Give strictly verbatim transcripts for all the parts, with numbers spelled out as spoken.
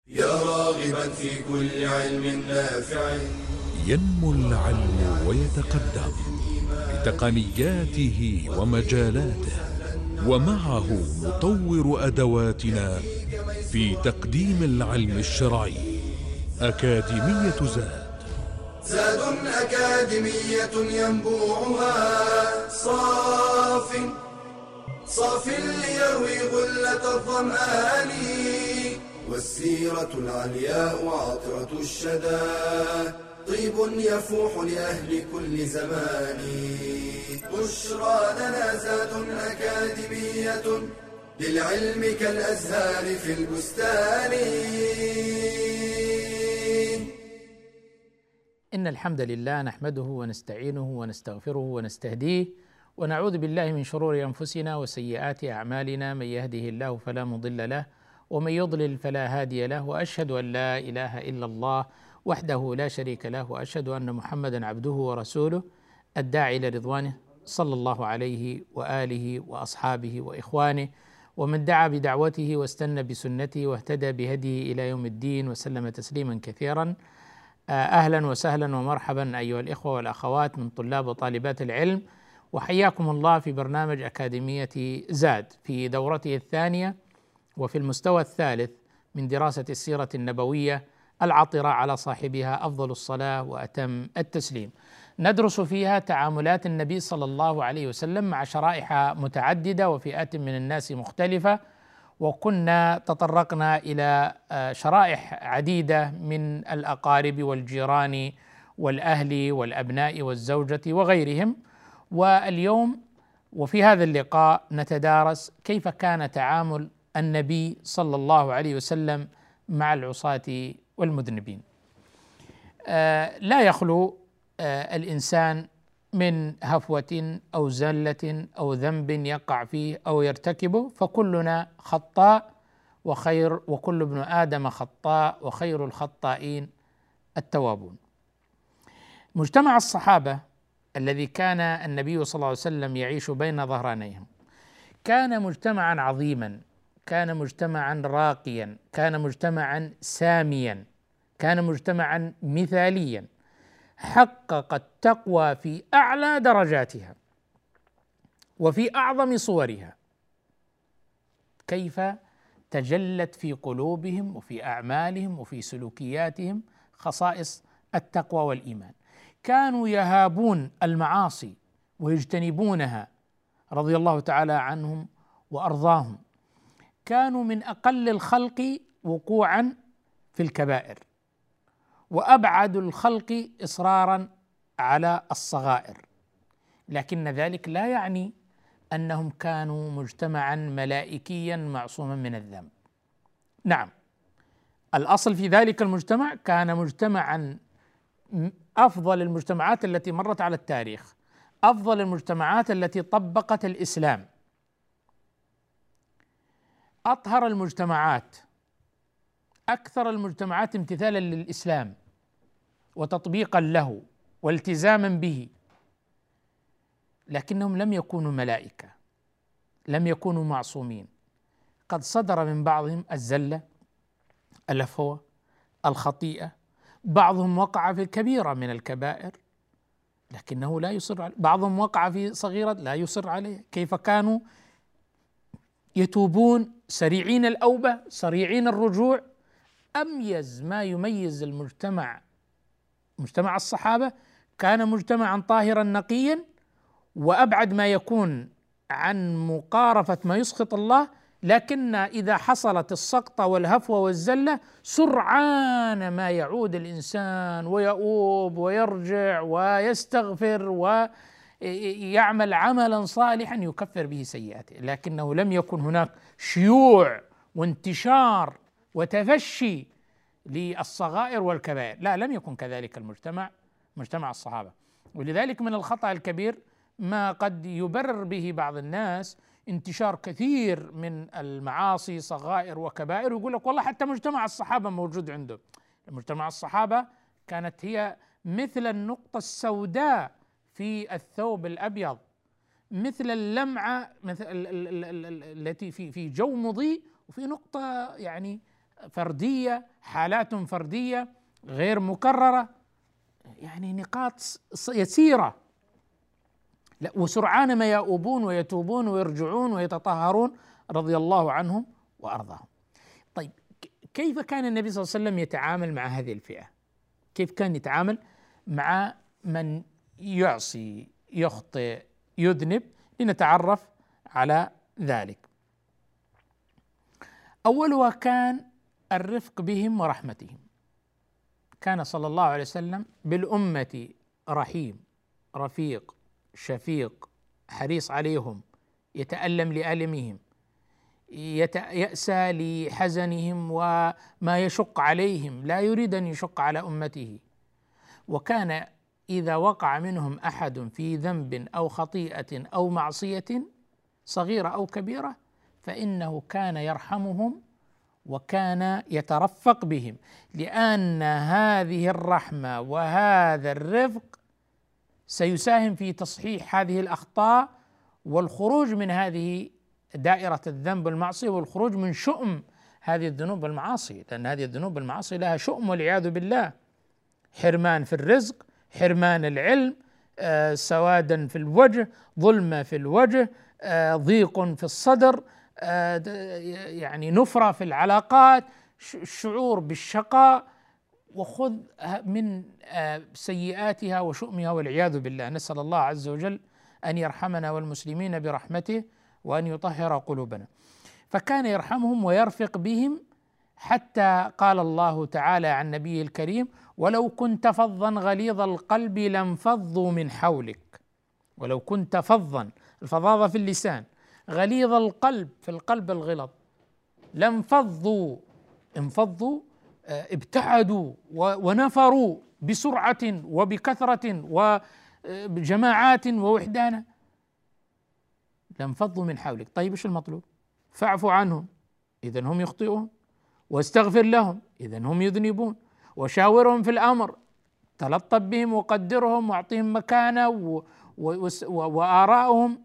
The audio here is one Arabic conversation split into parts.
يا راغبا في كل علم نافع. ينمو العلم ويتقدم بتقنياته ومجالاته، ومعه نطور أدواتنا في تقديم العلم الشرعي. أكاديمية زاد زاد أكاديمية ينبوعها صاف صاف ليروي غلة الظمآن، والسيرة العلياء عطرة الشدى طيب يفوح لأهل كل زمان. بشرى لنا زاد أكاديمية للعلم كالأزهار في البستان. إن الحمد لله نحمده ونستعينه ونستغفره ونستهديه، ونعوذ بالله من شرور أنفسنا وسيئات أعمالنا. من يهده الله فلا مضل له، ومن يضلل فلا هادي له، وأشهد أن لا إله إلا الله وحده لا شريك له، وأشهد أن محمدا عبده ورسوله الداعي لرضوانه، صلى الله عليه وآله وأصحابه وإخوانه ومن دعا بدعوته واستنى بسنته واهتدى بهديه إلى يوم الدين، وسلم تسليما كثيرا. أهلا وسهلا ومرحبا أيها الإخوة والأخوات من طلاب وطالبات العلم، وحياكم الله في برنامج أكاديمية زاد في دورته الثانية وفي المستوى الثالث من دراسة السيرة النبوية العطرة على صاحبها أفضل الصلاة وأتم التسليم. ندرس فيها تعاملات النبي صلى الله عليه وسلم مع شرائح متعددة وفئات من الناس مختلفة، وكنا تطرقنا إلى شرائح عديدة من الأقارب والجيران والأهل والأبناء والزوجة وغيرهم. واليوم وفي هذا اللقاء نتدارس كيف كان تعامل النبي صلى الله عليه وسلم مع العصاة والمذنبين. آه لا يخلو آه الإنسان من هفوة أو زلة أو ذنب يقع فيه أو يرتكبه، فكلنا خطاء وخير وكل ابن آدم خطاء وخير الخطائين التوابون. مجتمع الصحابة الذي كان النبي صلى الله عليه وسلم يعيش بين ظهرانيهم كان مجتمعا عظيما، كان مجتمعا راقيا، كان مجتمعا ساميا، كان مجتمعا مثاليا، حقق التقوى في أعلى درجاتها وفي أعظم صورها. كيف تجلت في قلوبهم وفي أعمالهم وفي سلوكياتهم خصائص التقوى والإيمان. كانوا يهابون المعاصي ويجتنبونها رضي الله تعالى عنهم وأرضاهم. كانوا من أقل الخلق وقوعا في الكبائر، وأبعد الخلق إصرارا على الصغائر، لكن ذلك لا يعني أنهم كانوا مجتمعا ملائكيا معصوما من الذنب. نعم، الأصل في ذلك المجتمع كان مجتمعا أفضل المجتمعات التي مرت على التاريخ، أفضل المجتمعات التي طبقت الإسلام، أطهر المجتمعات، أكثر المجتمعات امتثالا للإسلام وتطبيقا له والتزاما به، لكنهم لم يكونوا ملائكة، لم يكونوا معصومين. قد صدر من بعضهم الزلة، الهفوة، الخطيئة، بعضهم وقع في الكبيرة من الكبائر لكنه لا يصر عليه، بعضهم وقع في صغيرة لا يصر عليه. كيف كانوا يتوبون، سريعين الأوبة، سريعين الرجوع. أميز ما يميز المجتمع مجتمع الصحابة كان مجتمعا طاهرا نقيا، وأبعد ما يكون عن مقارفة ما يسخط الله، لكن إذا حصلت السقطة والهفوة والزلة سرعان ما يعود الإنسان ويؤوب ويرجع ويستغفر ويعمل عملا صالحا يكفر به سيئاته. لكنه لم يكن هناك شيوع وانتشار وتفشي للصغائر والكبائر، لا، لم يكن كذلك المجتمع مجتمع الصحابة. ولذلك من الخطأ الكبير ما قد يبرر به بعض الناس انتشار كثير من المعاصي صغائر وكبائر، ويقول لك والله حتى مجتمع الصحابة موجود عنده. مجتمع الصحابة كانت هي مثل النقطة السوداء في الثوب الأبيض، مثل اللمعة مثل التي في في جو مضيء، وفي نقطة يعني فردية، حالات فردية غير مكررة، يعني نقاط يسيرة، لا وسرعان ما يؤوبون ويتوبون ويرجعون ويتطهرون رضي الله عنهم وأرضاهم. طيب كيف كان النبي صلى الله عليه وسلم يتعامل مع هذه الفئة؟ كيف كان يتعامل مع من يعصي يخطئ يذنب؟ لنتعرف على ذلك. أولها كان الرفق بهم ورحمتهم. كان صلى الله عليه وسلم بالأمة رحيم رفيق شفيق، حريص عليهم، يتألم لألمهم، يأسى لحزنهم وما يشق عليهم، لا يريد أن يشق على أمته. وكان إذا وقع منهم أحد في ذنب أو خطيئة أو معصية صغيرة أو كبيرة فإنه كان يرحمهم وكان يترفق بهم، لأن هذه الرحمة وهذا الرفق سيساهم في تصحيح هذه الأخطاء والخروج من هذه دائرة الذنب والمعصية والخروج من شؤم هذه الذنوب والمعاصي، لأن هذه الذنوب والمعاصي لها شؤم والعياذ بالله، حرمان في الرزق، حرمان العلم، آه سوادا في الوجه، ظلمة في الوجه، آه ضيق في الصدر، آه يعني نفرة في العلاقات، شعور بالشقاء، وخذ من آه سيئاتها وشؤمها والعياذ بالله. نسأل الله عز وجل أن يرحمنا والمسلمين برحمته وأن يطهر قلوبنا. فكان يرحمهم ويرفق بهم، حتى قال الله تعالى عن نبيه الكريم: ولو كنت فظا غليظ القلب لانفضوا من حولك. ولو كنت فظا، الفظاظة في اللسان، غليظ القلب، في القلب الغلظ، لانفضوا، انفضوا ابتعدوا ونفروا بسرعة وبكثرة وبجماعات ووحدانة، لانفضوا من حولك. طيب ايش المطلوب؟ فاعف عنهم إذا هم يخطئون، واستغفر لهم إذا هم يذنبون، وشاورهم في الأمر، تلطف بهم وقدرهم واعطيهم مكانة و... و... وآراءهم،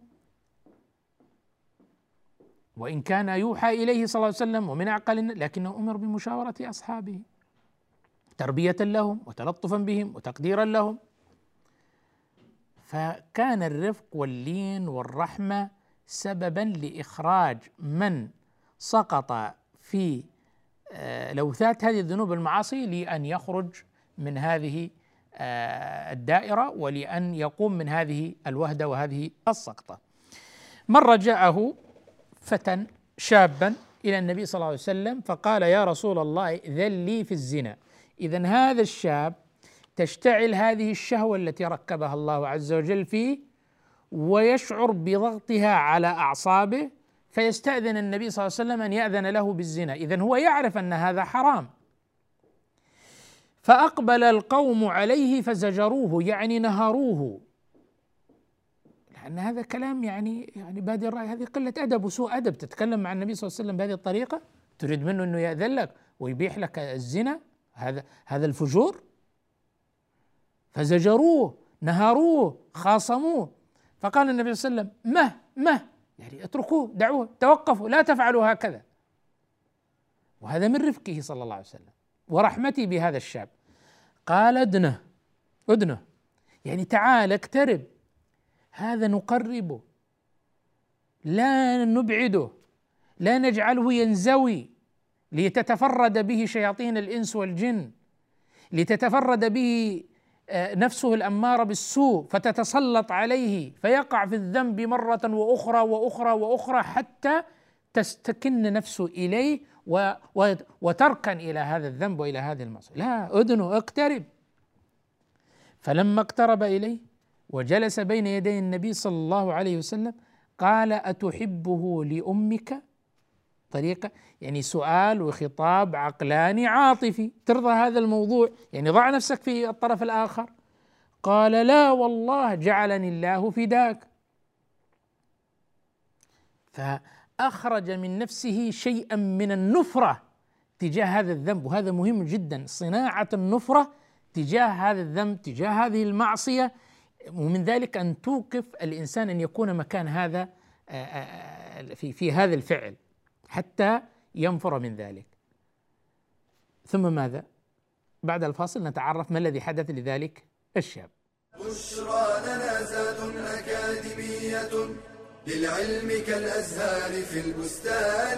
وإن كان يوحى إليه صلى الله عليه وسلم ومن أعقل، لكنه أمر بمشاورة أصحابه تربية لهم وتلطفا بهم وتقديرا لهم. فكان الرفق واللين والرحمة سببا لإخراج من سقط في لوثات هذه الذنوب والمعاصي لأن يخرج من هذه الدائرة ولأن يقوم من هذه الوهدة وهذه السقطة. مرة جاءه فتى شابا إلى النبي صلى الله عليه وسلم فقال: يا رسول الله ائذن لي في الزنا. إذن هذا الشاب تشتعل هذه الشهوة التي ركبها الله عز وجل فيه، ويشعر بضغطها على أعصابه، فيستأذن النبي صلى الله عليه وسلم أن يأذن له بالزنا. إذن هو يعرف أن هذا حرام. فأقبل القوم عليه فزجروه، يعني نهروه، لأن هذا كلام يعني يعني بادي الرأي، هذه قلة أدب وسوء أدب، تتكلم مع النبي صلى الله عليه وسلم بهذه الطريقة، تريد منه أنه يأذن لك ويبيح لك الزنا، هذا هذا الفجور. فزجروه، نهروه، خاصموه. فقال النبي صلى الله عليه وسلم: مه مه، يعني اتركوه، دعوه، توقفوا، لا تفعلوا هكذا. وهذا من رفقه صلى الله عليه وسلم ورحمته بهذا الشاب. قال: ادنه ادنه، يعني تعال اقترب، هذا نقربه، لا نبعده، لا نجعله ينزوي لتتفرد به شياطين الإنس والجن، لتتفرد به نفسه الأمارة بالسوء فتتسلط عليه فيقع في الذنب مرة وأخرى وأخرى وأخرى حتى تستكن نفسه إليه وتركن إلى هذا الذنب وإلى هذه المعصية. لا، أدنه، اقترب. فلما اقترب إليه وجلس بين يدي النبي صلى الله عليه وسلم قال: أتحبه لأمك؟ طريقة يعني سؤال وخطاب عقلاني عاطفي، ترضى هذا الموضوع؟ يعني ضع نفسك في الطرف الآخر. قال: لا والله، جعلني الله فداك. فأخرج من نفسه شيئا من النفرة تجاه هذا الذنب، وهذا مهم جدا، صناعة النفرة تجاه هذا الذنب، تجاه هذه المعصية، ومن ذلك أن توقف الإنسان أن يكون مكان هذا في في هذا الفعل حتى ينفر من ذلك. ثم ماذا؟ بعد الفاصل نتعرف ما الذي حدث لذلك الشاب. بشرى لنا زاد أكاديمية للعلم كالأزهار في البستان.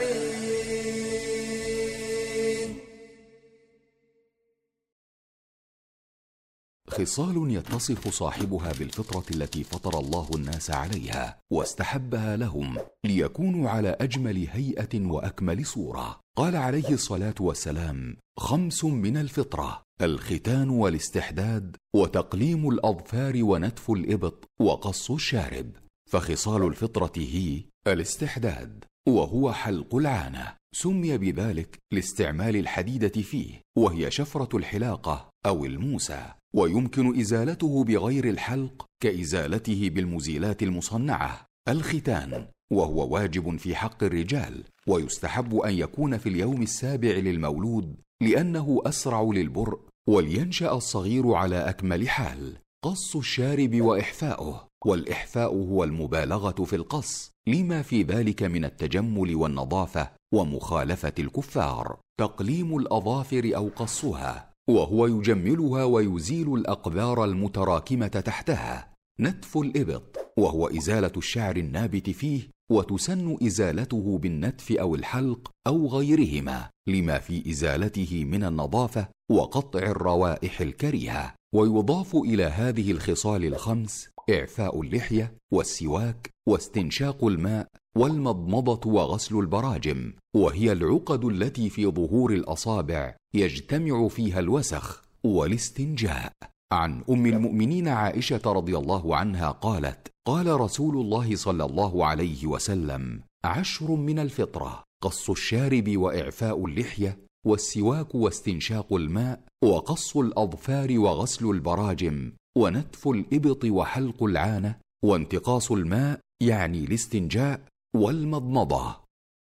خصال يتصف صاحبها بالفطرة التي فطر الله الناس عليها واستحبها لهم ليكونوا على أجمل هيئة وأكمل صورة. قال عليه الصلاة والسلام: خمس من الفطرة: الختان والاستحداد وتقليم الأظفار ونتف الإبط وقص الشارب. فخصال الفطرة هي الاستحداد، وهو حلق العانة، سمي بذلك لاستعمال الحديدة فيه، وهي شفرة الحلاقة أو الموسى، ويمكن إزالته بغير الحلق كإزالته بالمزيلات المصنعة. الختان وهو واجب في حق الرجال، ويستحب أن يكون في اليوم السابع للمولود لأنه أسرع للبرء ولينشأ الصغير على أكمل حال. قص الشارب وإحفاؤه، والإحفاء هو المبالغة في القص لما في ذلك من التجمل والنظافة ومخالفة الكفار. تقليم الأظافر أو قصها، وهو يجملها ويزيل الأقذار المتراكمة تحتها. نتف الإبط، وهو إزالة الشعر النابت فيه، وتسن إزالته بالنتف أو الحلق أو غيرهما لما في إزالته من النظافة وقطع الروائح الكريهة. ويضاف إلى هذه الخصال الخمس إعفاء اللحية والسواك واستنشاق الماء والمضمضة وغسل البراجم، وهي العقد التي في ظهور الأصابع يجتمع فيها الوسخ، والاستنجاء. عن أم المؤمنين عائشة رضي الله عنها قالت: قال رسول الله صلى الله عليه وسلم: عشر من الفطرة: قص الشارب وإعفاء اللحية والسواك واستنشاق الماء وقص الأظفار وغسل البراجم ونتف الإبط وحلق العانة وانتقاص الماء يعني الاستنجاء والمضمضة.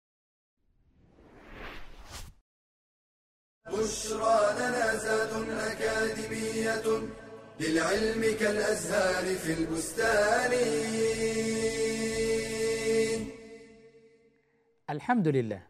بشرى لنا زاد أكاديمية للعلم كالأزهار في البستان. الحمد لله.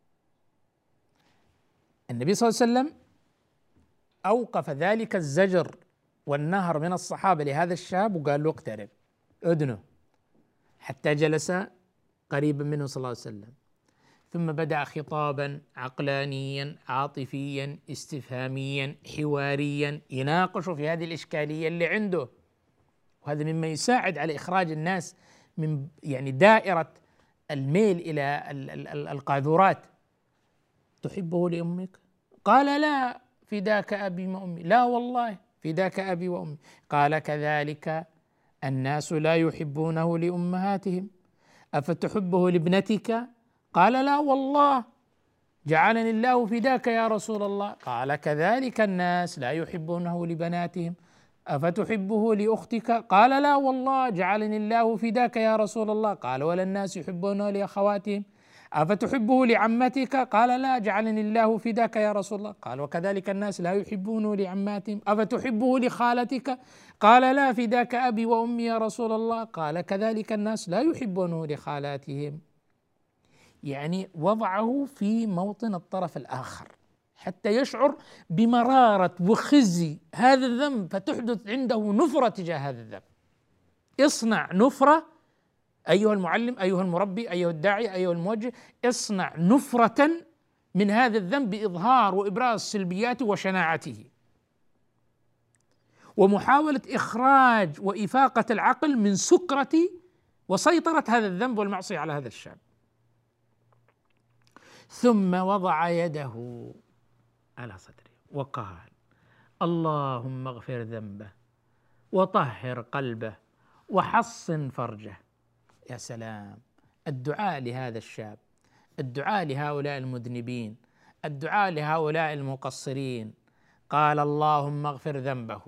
النبي صلى الله عليه وسلم أوقف ذلك الزجر والنهر من الصحابة لهذا الشاب وقال له: اقترب، ادنه، حتى جلس قريبا منه صلى الله عليه وسلم، ثم بدأ خطابا عقلانيا عاطفيا استفهاميا حواريا يناقش في هذه الإشكالية اللي عنده، وهذا مما يساعد على إخراج الناس من يعني دائرة الميل إلى القاذورات. تحبه لأمك؟ قال: لا، فداك أبي وأمي. لا والله، فداك أبي وأمي. قال: كذلك الناس لا يحبونه لأمهاتهم، أفتحبه لابنتك؟ قال: لا والله، جعلني الله فداك يا رسول الله. قال: كذلك الناس لا يحبونه لبناتهم، أفتحبه لأختك؟ قال: لا والله، جعلني الله فداك يا رسول الله. قال: ولا الناس يحبونه لأخواتهم، أفتحبه لعمتك؟ قال: لا، جعلني الله فداك يا رسول الله. قال: وكذلك الناس لا يحبونه لعماتهم، أفتحبه لخالتك؟ قال: لا، فداك أبي وأمي يا رسول الله. قال: كذلك الناس لا يحبونه لخالاتهم. يعني وضعه في موطن الطرف الآخر حتى يشعر بمرارة وخزي هذا الذنب، فتحدث عنده نفرة تجاه هذا الذنب. اصنع نفرة أيها المعلم، أيها المربي، أيها الداعي، أيها الموجه، اصنع نفرة من هذا الذنب بإظهار وإبراز سلبياته وشناعته، ومحاولة إخراج وإفاقة العقل من سكرة وسيطرة هذا الذنب والمعصية على هذا الشاب. ثم وضع يده على صدره وقال: اللهم اغفر ذنبه وطهر قلبه وحصن فرجه. يا سلام، الدعاء لهذا الشاب، الدعاء لهؤلاء المذنبين، الدعاء لهؤلاء المقصرين. قال: اللهم اغفر ذنبه،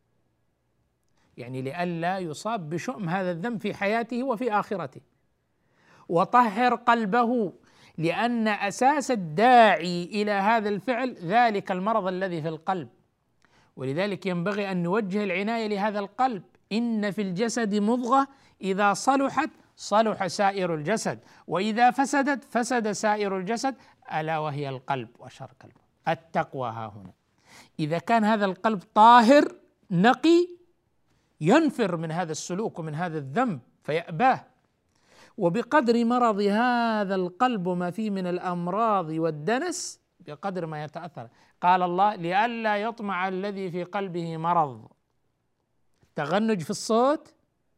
يعني لئلا يصاب بشؤم هذا الذنب في حياته وفي آخرته. وطهر قلبه، لأن أساس الداعي إلى هذا الفعل ذلك المرض الذي في القلب، ولذلك ينبغي أن نوجه العناية لهذا القلب. إن في الجسد مضغة إذا صلحت صلح سائر الجسد، وإذا فسدت فسد سائر الجسد، ألا وهي القلب. وأشار قلبه. التقوى ها هنا. إذا كان هذا القلب طاهر نقي ينفر من هذا السلوك ومن هذا الذنب فيأباه. وبقدر مرض هذا القلب وما فيه من الأمراض والدنس بقدر ما يتأثر. قال الله: لئلا يطمع الذي في قلبه مرض. تغنج في الصوت،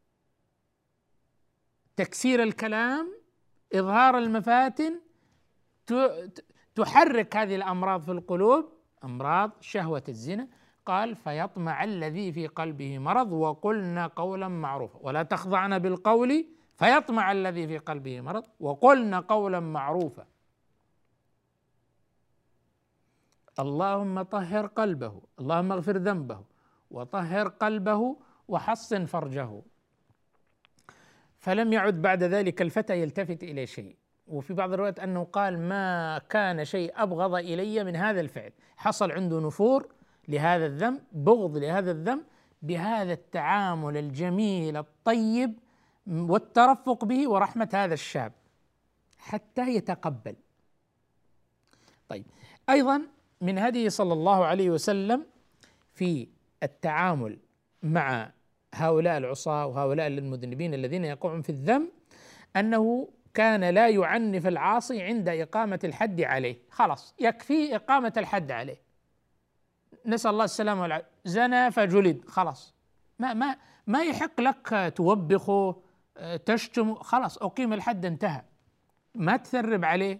تكسير الكلام، إظهار المفاتن، تحرك هذه الأمراض في القلوب، أمراض شهوة الزنا. قال: فيطمع الذي في قلبه مرض وقلنا قولا معروفا. ولا تخضعن بالقول فيطمع الذي في قلبه مرض وقلنا قولا معروفا. اللهم طهر قلبه، اللهم اغفر ذنبه وطهر قلبه وحصن فرجه. فلم يعد بعد ذلك الفتى يلتفت إلى شيء. وفي بعض الروايات أنه قال: ما كان شيء أبغض إلي من هذا الفعل. حصل عنده نفور لهذا الذنب، بغض لهذا الذنب، بهذا التعامل الجميل الطيب والترفق به ورحمة هذا الشاب حتى يتقبل. طيب، أيضا من هديه صلى الله عليه وسلم في التعامل مع هؤلاء العصاة وهؤلاء المذنبين الذين يقعون في الذنب أنه كان لا يعنف العاصي عند إقامة الحد عليه. خلاص يكفي إقامة الحد عليه، نسأل الله السلامة والعافية. زنى فجلد، خلاص ما ما ما يحق لك توبخه تشتمه، خلاص أقيم الحد انتهى، ما تثرب عليه.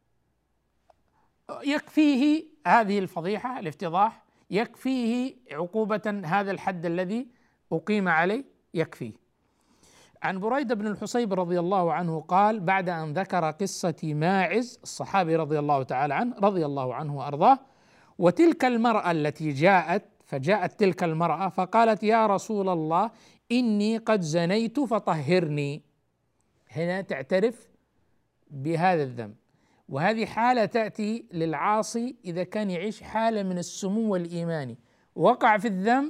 يكفيه هذه الفضيحة الافتضاح، يكفيه عقوبة هذا الحد الذي أقيم عليه، يكفيه. عن بريدة بن الحصيب رضي الله عنه قال بعد أن ذكر قصة ماعز الصحابي رضي الله تعالى عنه رضي الله عنه وأرضاه وتلك المرأة التي جاءت، فجاءت تلك المرأة فقالت: يا رسول الله إني قد زنيت فطهرني. هنا تعترف بهذا الذنب، وهذه حالة تأتي للعاصي إذا كان يعيش حالة من السمو الإيماني، وقع في الذنب،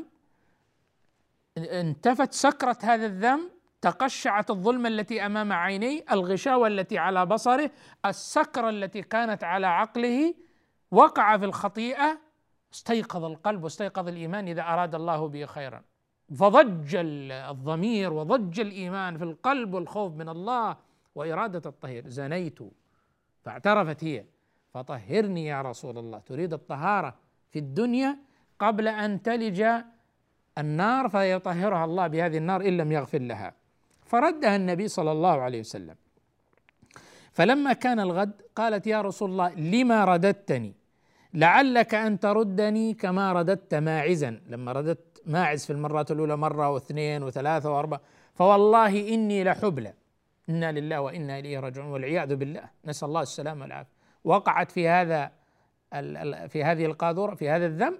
انتفت سكرة هذا الذنب، تقشعت الظلمة التي أمام عينيه، الغشاوة التي على بصره، السكرة التي كانت على عقله، وقع في الخطيئة، استيقظ القلب واستيقظ الإيمان إذا أراد الله به خيرا، فضج الضمير وضج الإيمان في القلب والخوف من الله وإرادة الطهير. زنيت، فاعترفت هي، فطهرني يا رسول الله، تريد الطهارة في الدنيا قبل أن تلج النار فيطهرها الله بهذه النار إن لم يغفر لها. فردها النبي صلى الله عليه وسلم. فلما كان الغد قالت: يا رسول الله لما رددتني؟ لعلك أن تردني كما رددت ماعزا. لما رددت ماعز في المرات الأولى مرة واثنين وثلاثة وأربعة، فوالله إني لحبلى، إنا لله وإنا إليه راجعون، والعياذ بالله، نسأل الله السلامة والعافية. وقعت في هذا في هذه القاذورة، في هذا الذنب،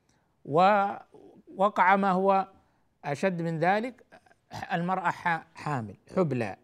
ووقع ما هو أشد من ذلك، المرأة حامل حبلى.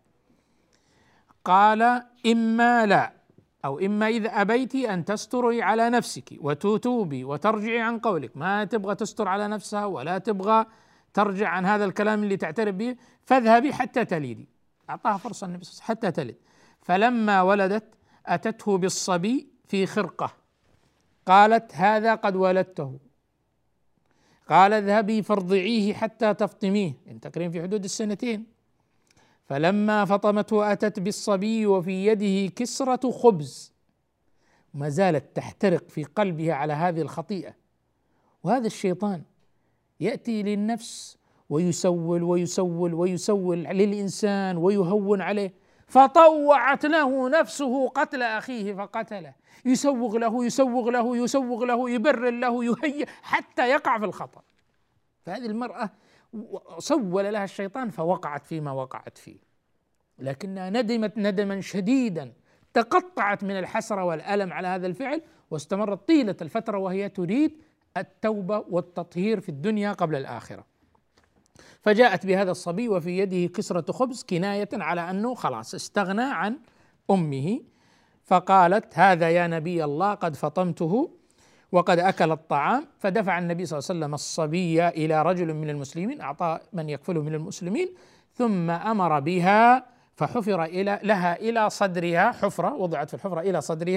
قال: إما لا، أو إما إذا أبيت أن تستري على نفسك وتتوبي وترجعي عن قولك، ما تبغى تستر على نفسها ولا تبغى ترجع عن هذا الكلام اللي تعترف به، فاذهبي حتى تليدي. أعطاها فرصة النبي صلى الله عليه وسلم حتى تلد. فلما ولدت أتته بالصبي في خرقة، قالت: هذا قد ولدته. قال: اذهبي فارضعيه حتى تفطميه، يعني تقريبا في حدود السنتين. فلما فطمته أتت بالصبي وفي يده كسرة خبز، ما زالت تحترق في قلبها على هذه الخطيئة. وهذا الشيطان يأتي للنفس ويسول ويسول ويسول للإنسان ويهون عليه، فطوعت له نفسه قتل أخيه فقتله، يسوغ له يسوغ له يسوغ له يبرر له يهيئ حتى يقع في الخطأ. فهذه المرأة سول لها الشيطان فوقعت فيما وقعت فيه، لكنها ندمت ندما شديدا، تقطعت من الحسرة والألم على هذا الفعل، واستمرت طيلة الفترة وهي تريد التوبة والتطهير في الدنيا قبل الآخرة. فجاءت بهذا الصبي وفي يده كسرة خبز، كناية على أنه خلاص استغنى عن أمه. فقالت: هذا يا نبي الله قد فطمته وقد أكل الطعام. فدفع النبي صلى الله عليه وسلم الصبي إلى رجل من المسلمين، أعطى من يكفله من المسلمين، ثم أمر بها فحفر إلى لها إلى صدرها، حفرة وضعت في الحفرة إلى صدرها،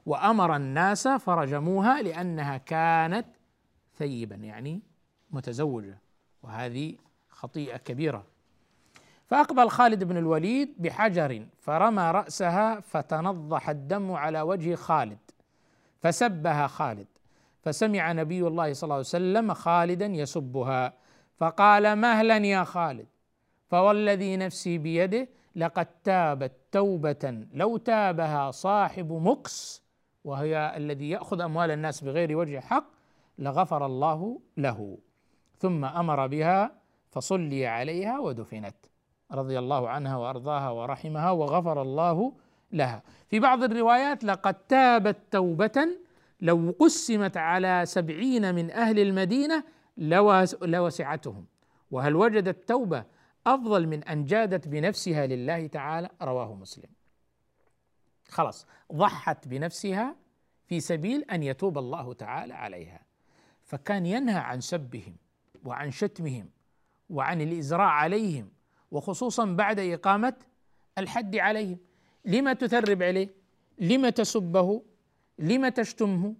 وأمر الناس فرجموها لأنها كانت ثيبا يعني متزوجة، وهذه خطيئة كبيرة. فأقبل خالد بن الوليد بحجر فرمى رأسها فتنضح الدم على وجه خالد فسبها خالد، فسمع نبي الله صلى الله عليه وسلم خالدا يسبها فقال: مهلا يا خالد، فوالذي نفسي بيده لقد تابت توبة لو تابها صاحب مكس، وهي الذي يأخذ أموال الناس بغير وجه حق، لغفر الله له. ثم أمر بها فصلي عليها ودفنت رضي الله عنها وأرضاها ورحمها وغفر الله لها. في بعض الروايات: لقد تابت توبة لو قسمت على سبعين من أهل المدينة لوسعتهم. وهل وجدت توبة أفضل من أن جادت بنفسها لله تعالى؟ رواه مسلم. خلاص ضحت بنفسها في سبيل أن يتوب الله تعالى عليها. فكان ينهى عن سبهم وعن شتمهم وعن الإزراء عليهم، وخصوصا بعد إقامة الحد عليهم. لما تثرب عليه؟ لما تسبه؟ لما تشتمه؟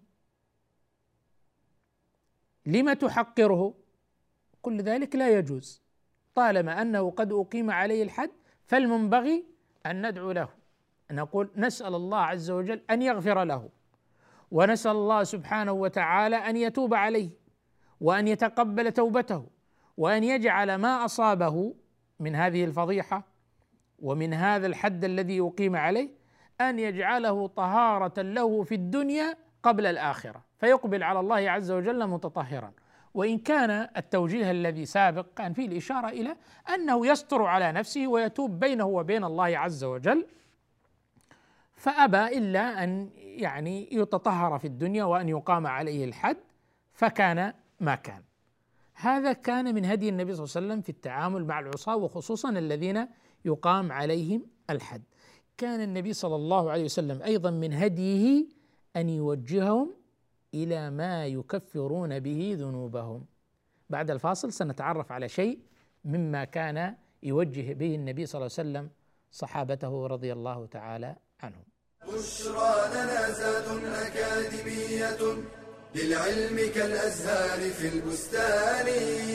لما تحقره؟ كل ذلك لا يجوز. طالما أنه قد أقيم عليه الحد فالمنبغي أن ندعو له، أن نقول نسأل الله عز وجل أن يغفر له، ونسأل الله سبحانه وتعالى أن يتوب عليه وأن يتقبل توبته، وأن يجعل ما أصابه من هذه الفضيحة ومن هذا الحد الذي أقيم عليه أن يجعله طهارة له في الدنيا قبل الآخرة، فيقبل على الله عز وجل متطهرا. وإن كان التوجيه الذي سابق كان فيه الإشارة إلى أنه يستر على نفسه ويتوب بينه وبين الله عز وجل، فأبى إلا أن يعني يتطهر في الدنيا وأن يقام عليه الحد، فكان ما كان. هذا كان من هدي النبي صلى الله عليه وسلم في التعامل مع العصاة، وخصوصا الذين يقام عليهم الحد. كان النبي صلى الله عليه وسلم أيضا من هديه أن يوجههم إلى ما يكفرون به ذنوبهم. بعد الفاصل سنتعرف على شيء مما كان يوجه به النبي صلى الله عليه وسلم صحابته رضي الله تعالى عنهم. بشرى لنا زاد أكاديمية للعلم كالأزهار في البستان.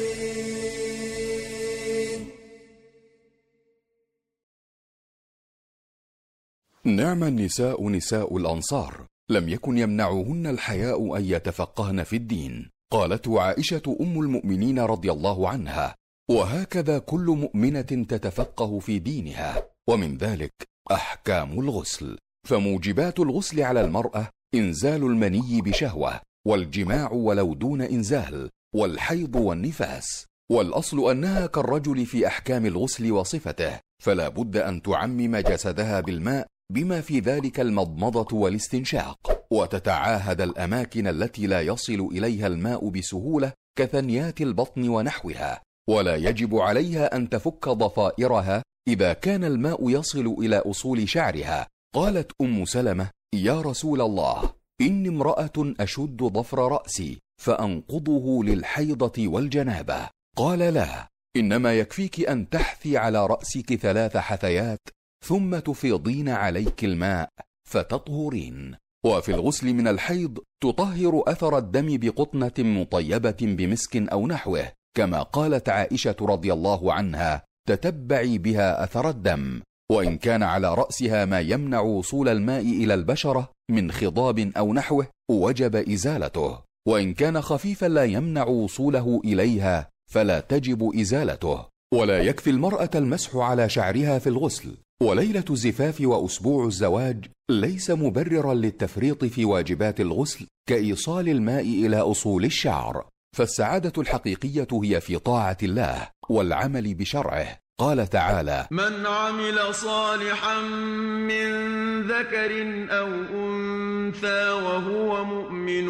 نعم النساء نساء الأنصار، لم يكن يمنعهن الحياء أن يتفقهن في الدين. قالته عائشة أم المؤمنين رضي الله عنها: وهكذا كل مؤمنة تتفقه في دينها. ومن ذلك أحكام الغسل. فموجبات الغسل على المرأة إنزال المني بشهوة، والجماع ولو دون إنزال، والحيض والنفاس. والأصل أنها كالرجل في أحكام الغسل وصفته، فلا بد أن تعمم جسدها بالماء بما في ذلك المضمضة والاستنشاق، وتتعاهد الأماكن التي لا يصل إليها الماء بسهولة كثنيات البطن ونحوها. ولا يجب عليها أن تفك ضفائرها إذا كان الماء يصل إلى أصول شعرها. قالت أم سلمة: يا رسول الله، إني امرأة أشد ضفر رأسي فأنقضه للحيضة والجنابة. قال: لا، إنما يكفيك أن تحثي على رأسك ثلاث حثيات ثم تفيضين عليك الماء فتطهرين. وفي الغسل من الحيض تطهر أثر الدم بقطنة مطيبة بمسك أو نحوه، كما قالت عائشة رضي الله عنها: تتبعي بها أثر الدم. وإن كان على رأسها ما يمنع وصول الماء إلى البشرة من خضاب أو نحوه وجب إزالته، وإن كان خفيفا لا يمنع وصوله إليها فلا تجب إزالته. ولا يكفي المرأة المسح على شعرها في الغسل. وليلة الزفاف وأسبوع الزواج ليس مبررا للتفريط في واجبات الغسل كإيصال الماء إلى أصول الشعر، فالسعادة الحقيقية هي في طاعة الله والعمل بشرعه. قال تعالى: من عمل صالحا من ذكر أو أنثى وهو مؤمن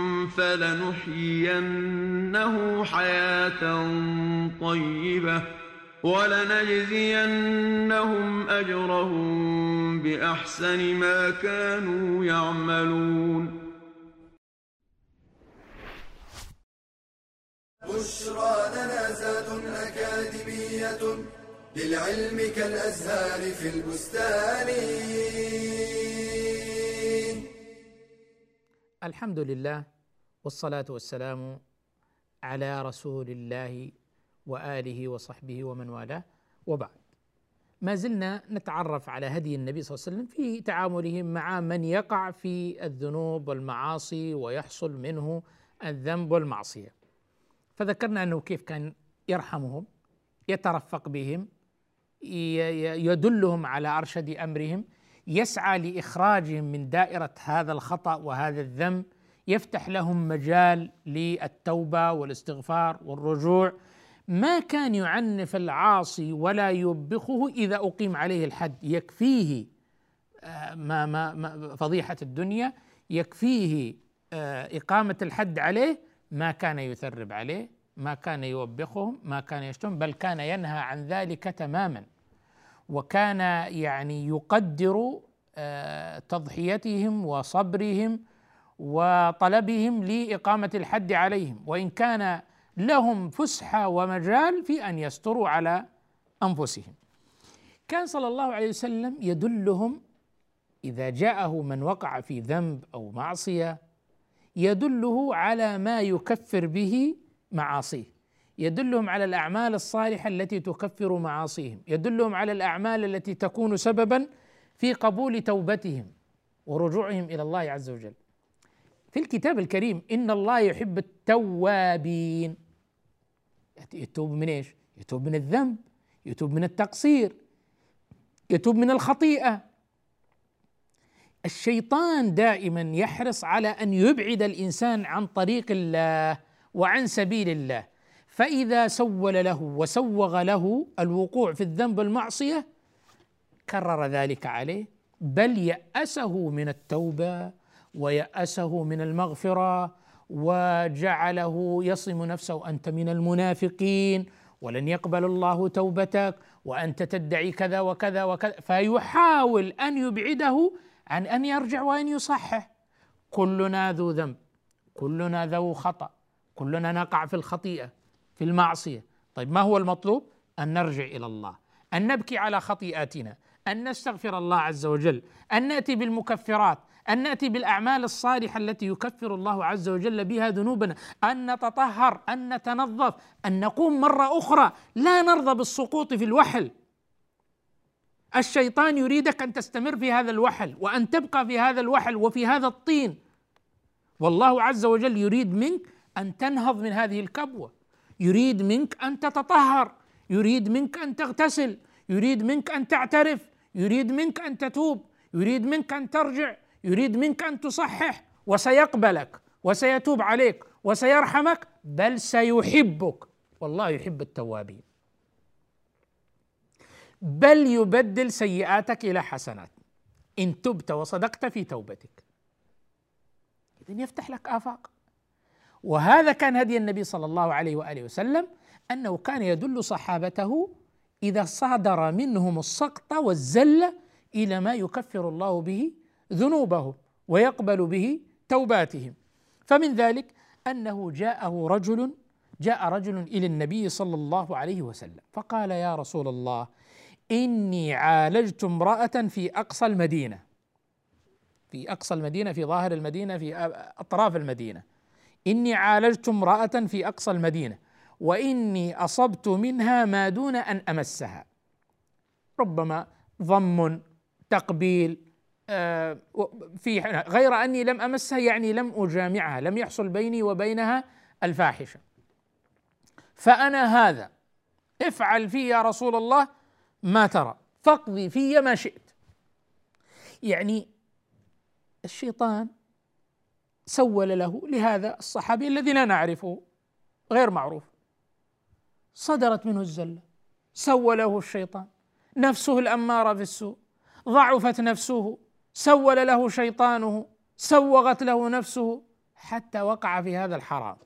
فلنحيينه حياة طيبة ولنجزينهم أجرهم بأحسن ما كانوا يعملون. بشرى لنا زاد أكاديمية للعلم كالأزهار في البستان. الحمد لله والصلاة والسلام على رسول الله وآله وصحبه ومن والاه، وبعد. ما زلنا نتعرف على هدي النبي صلى الله عليه وسلم في تعاملهم مع من يقع في الذنوب والمعاصي ويحصل منه الذنب والمعصية. فذكرنا أنه كيف كان يرحمهم، يترفق بهم، يدلهم على أرشد أمرهم، يسعى لإخراجهم من دائرة هذا الخطأ وهذا الذنب، يفتح لهم مجال للتوبة والاستغفار والرجوع. ما كان يعنف العاصي ولا يوبخه إذا أقيم عليه الحد، يكفيه ما ما ما فضيحة الدنيا، يكفيه إقامة الحد عليه، ما كان يثرب عليه، ما كان يوبخهم، ما كان يشتم، بل كان ينهى عن ذلك تماما، وكان يعني يقدر تضحيتهم وصبرهم وطلبهم لإقامة الحد عليهم، وإن كان لهم فسحة ومجال في أن يستروا على أنفسهم. كان صلى الله عليه وسلم يدلهم إذا جاءه من وقع في ذنب أو معصية، يدله على ما يكفر به معاصيه، يدلهم على الأعمال الصالحة التي تكفر معاصيهم، يدلهم على الأعمال التي تكون سببا في قبول توبتهم ورجوعهم إلى الله عز وجل. في الكتاب الكريم إن الله يحب التوابين. يتوب من إيش؟ يتوب من الذنب، يتوب من التقصير، يتوب من الخطيئة. الشيطان دائما يحرص على أن يبعد الإنسان عن طريق الله وعن سبيل الله، فإذا سول له وسوغ له الوقوع في الذنب والمعصية كرر ذلك عليه، بل يأسه من التوبة ويأسه من المغفرة، وجعله يصم نفسه: أنت من المنافقين ولن يقبل الله توبتك وأنت تدعي كذا وكذا وكذا، فيحاول أن يبعده عن أن يرجع وأن يصحح. كلنا ذو ذنب، كلنا ذو خطأ، كلنا نقع في الخطيئة في المعصية. طيب ما هو المطلوب؟ أن نرجع إلى الله، أن نبكي على خطيئاتنا، أن نستغفر الله عز وجل، أن نأتي بالمكفرات، أن نأتي بالأعمال الصالحة التي يكفر الله عز وجل بها ذنوبنا، أن نتطهر، أن نتنظف، أن نقوم مرة أخرى، لا نرضى بالسقوط في الوحل. الشيطان يريدك أن تستمر في هذا الوحل وأن تبقى في هذا الوحل وفي هذا الطين، والله عز وجل يريد منك أن تنهض من هذه الكبوة، يريد منك أن تتطهر، يريد منك أن تغتسل، يريد منك أن تعترف، يريد منك أن تتوب، يريد منك أن ترجع، يريد منك أن تصحح، وسيقبلك وسيتوب عليك وسيرحمك، بل سيحبك، والله يحب التوابين، بل يبدل سيئاتك إلى حسنات إن تبت وصدقت في توبتك. إذن يفتح لك آفاق. وهذا كان هدي النبي صلى الله عليه وآله وسلم، أنه كان يدل صحابته إذا صادر منهم السقط والزلة إلى ما يكفر الله به ذنوبهم ويقبل به توباتهم. فمن ذلك أنه جاءه رجل جاء رجل إلى النبي صلى الله عليه وسلم فقال: يا رسول الله، إني عالجت امرأة في أقصى المدينة، في أقصى المدينة، في ظاهر المدينة، في أطراف المدينة، إني عالجت امرأة في أقصى المدينة، وإني أصبت منها ما دون أن أمسها، ربما ضم، تقبيل، آه في غير أني لم أمسها يعني لم أجامعها، لم يحصل بيني وبينها الفاحشة، فأنا هذا، افعل في يا رسول الله ما ترى، فاقضي في ما شئت. يعني الشيطان سول له لهذا الصحابي الذي لا نعرفه، غير معروف، صدرت منه الزلة، سوله الشيطان، نفسه الأمارة بالسوء، ضعفت نفسه، سول له شيطانه، سوغت له نفسه، حتى وقع في هذا الحرام.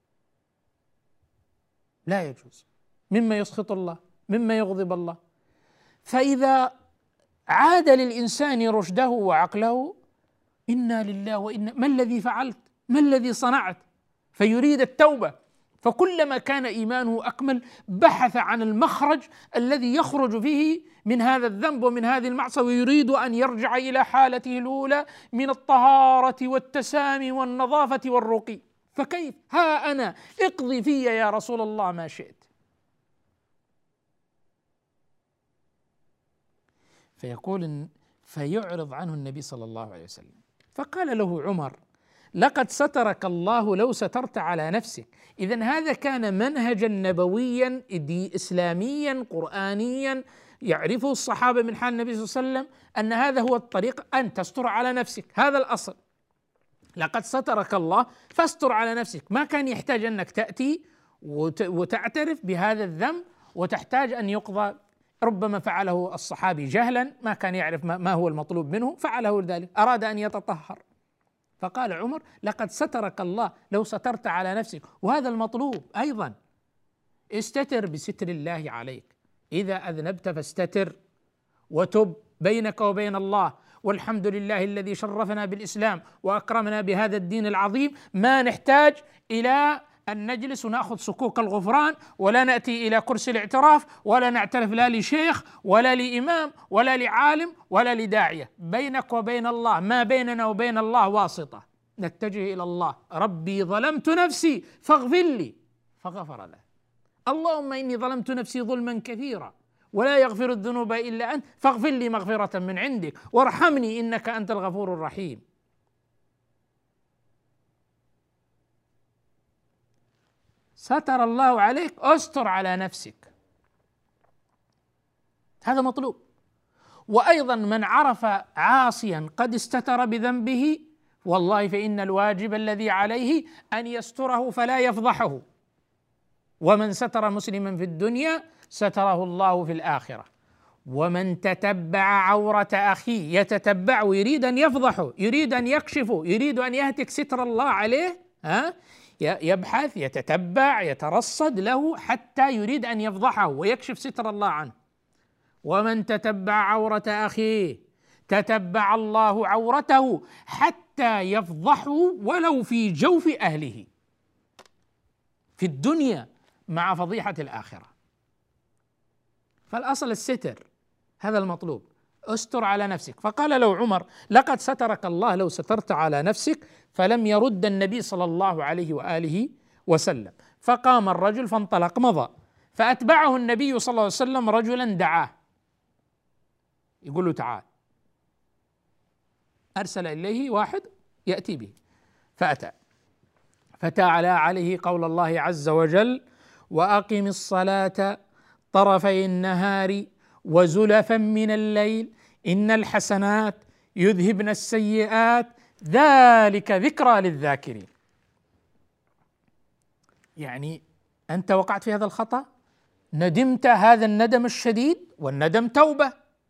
لا يجوز، مما يسخط الله، مما يغضب الله. فإذا عاد للإنسان رشده وعقله: إنا لله وإنا، ما الذي فعلت؟ ما الذي صنعت؟ فيريد التوبة، فكلما كان إيمانه أكمل بحث عن المخرج الذي يخرج فيه من هذا الذنب ومن هذه المعصية، ويريد أن يرجع إلى حالته الأولى من الطهارة والتسامي والنظافة والرقي. فكيف؟ ها أنا اقضي في يا رسول الله ما شئت. فيقول فيعرض عنه النبي صلى الله عليه وسلم، فقال له عمر: لقد سترك الله لو سترت على نفسك. إذن هذا كان منهجا نبويا إسلاميا قرآنيا يعرفه الصحابة من حال النبي صلى الله عليه وسلم، أن هذا هو الطريق، أن تستر على نفسك، هذا الأصل. لقد سترك الله فاستر على نفسك. ما كان يحتاج أنك تأتي وتعترف بهذا الذنب وتحتاج أن يقضى. ربما فعله الصحابي جهلا، ما كان يعرف ما هو المطلوب منه، فعله ذلك، أراد أن يتطهر. فقال عمر: لقد سترك الله لو سترت على نفسك. وهذا المطلوب أيضا، استتر بستر الله عليك. إذا أذنبت فاستتر وتب بينك وبين الله. والحمد لله الذي شرفنا بالإسلام وأكرمنا بهذا الدين العظيم. ما نحتاج إلى أن نجلس ونأخذ صكوك الغفران، ولا نأتي إلى كرسي الاعتراف، ولا نعترف لا لشيخ ولا لإمام ولا لعالم ولا لداعية. بينك وبين الله، ما بيننا وبين الله واسطة، نتجه إلى الله. ربي ظلمت نفسي فاغفر لي، فغفر له. اللهم إني ظلمت نفسي ظلما كثيرا ولا يغفر الذنوب إلا أنت فاغفر لي مغفرة من عندك وارحمني إنك أنت الغفور الرحيم. ستر الله عليك، استر على نفسك، هذا مطلوب. وأيضا من عرف عاصيا قد استتر بذنبه، والله فإن الواجب الذي عليه أن يستره فلا يفضحه. ومن ستر مسلما في الدنيا ستره الله في الآخرة. ومن تتبع عورة أخيه، يتتبع يريد أن يفضحه، يريد أن يكشفه، يريد أن يهتك ستر الله عليه، ها يبحث يتتبع يترصد له حتى يريد أن يفضحه ويكشف ستر الله عنه. ومن تتبع عورة أخيه تتبع الله عورته حتى يفضحه ولو في جوف أهله في الدنيا مع فضيحة الآخرة. فالأصل الستر، هذا المطلوب، استر على نفسك. فقال له عمر: لقد سترك الله لو سترت على نفسك. فلم يرد النبي صلى الله عليه وآله وسلم. فقام الرجل فانطلق مضى، فأتبعه النبي صلى الله عليه وسلم رجلا دعاه يقول له تعال، أرسل إليه واحد يأتي به، فأتى فتعالى عليه قول الله عز وجل: وأقم الصلاة طرفي النهار وزلفا من الليل إن الحسنات يذهبن السيئات ذلك ذكرى للذاكرين. يعني أنت وقعت في هذا الخطأ، ندمت هذا الندم الشديد، والندم توبة،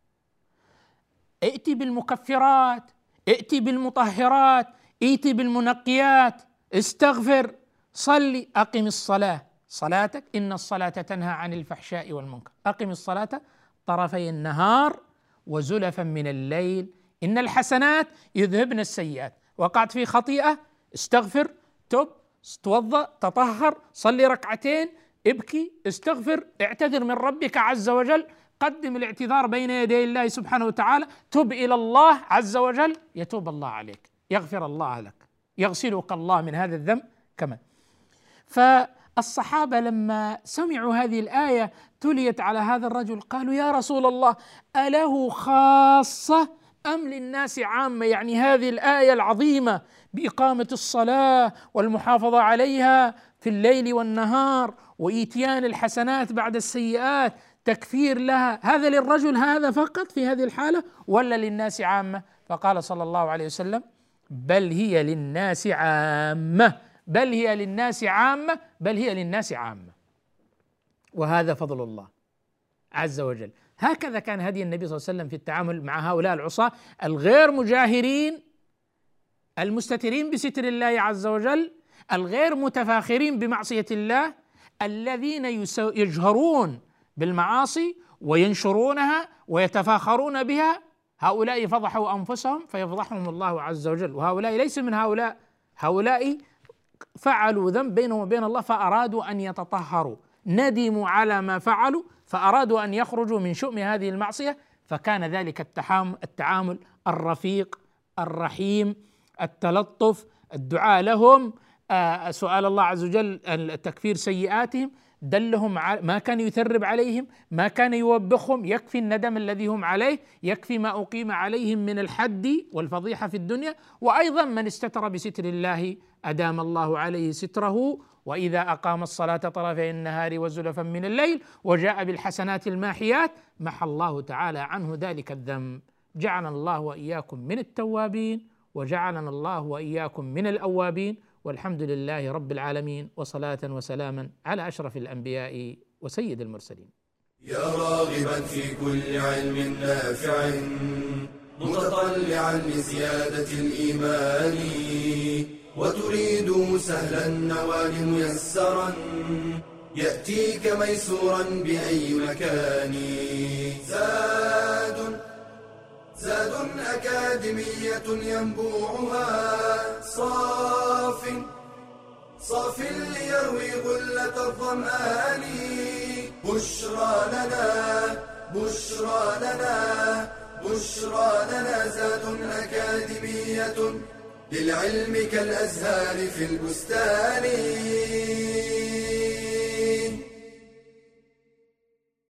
ائتي بالمكفرات، ائتي بالمطهرات، ائتي بالمنقيات، استغفر، صلي، أقم الصلاة، صلاتك إن الصلاة تنهى عن الفحشاء والمنكر. أقم الصلاة طرفي النهار وزلفا من الليل إن الحسنات يذهبن السيئات. وقعت في خطيئة، استغفر، تب، توضأ، تطهر، صلي ركعتين، ابكي، استغفر، اعتذر من ربك عز وجل، قدم الاعتذار بين يدي الله سبحانه وتعالى، تب إلى الله عز وجل، يتوب الله عليك، يغفر الله لك، يغسلك الله من هذا الذنب كمان. فالصحابة لما سمعوا هذه الآية تليت على هذا الرجل قالوا: يا رسول الله، أله خاصة أم للناس عامة؟ يعني هذه الآية العظيمة بإقامة الصلاة والمحافظة عليها في الليل والنهار وإتيان الحسنات بعد السيئات، تكفير لها، هذا للرجل هذا فقط في هذه الحالة ولا للناس عامة؟ فقال صلى الله عليه وسلم: بل هي للناس عامة، بل هي للناس عامة، بل هي للناس عامة. وهذا فضل الله عز وجل. هكذا كان هدي النبي صلى الله عليه وسلم في التعامل مع هؤلاء العصاة الغير مجاهرين، المستترين بستر الله عز وجل، الغير متفاخرين بمعصية الله، الذين يجهرون بالمعاصي وينشرونها ويتفاخرون بها. هؤلاء فضحوا أنفسهم فيفضحهم الله عز وجل، وهؤلاء ليس من هؤلاء، هؤلاء فعلوا ذنب بينهم وبين الله فأرادوا أن يتطهروا، ندموا على ما فعلوا فأرادوا أن يخرجوا من شؤم هذه المعصية، فكان ذلك التعامل الرفيق الرحيم، التلطف، الدعاء لهم، سؤال الله عز وجل تكفير سيئاتهم، دلهم على ما كان يثرب عليهم، ما كان يوبخهم، يكفي الندم الذي هم عليه، يكفي ما أقيم عليهم من الحد والفضيحة في الدنيا. وأيضا من استتر بستر الله أدام الله عليه ستره، وإذا أقام الصلاة طرفي النهار وزلفا من الليل وجاء بالحسنات الماحيات محى الله تعالى عنه ذلك الذنب. جعلنا الله وإياكم من التوابين، وجعلنا الله وإياكم من الأوابين، والحمد لله رب العالمين، وصلاة وسلاما على أشرف الأنبياء وسيد المرسلين. يا راغبا في كل علم نافع متطلعا لزيادة الإيمان، وتريد سهلا النوال ميسرا يأتيك ميسورا بأي مكان. زاد زاد أكاديمية ينبوعها صاف صاف ليروي غلة الظمآن. بشرى لنا بشرى لنا بشرى لنا زاد أكاديمية للعلم كالأزهار في البستان.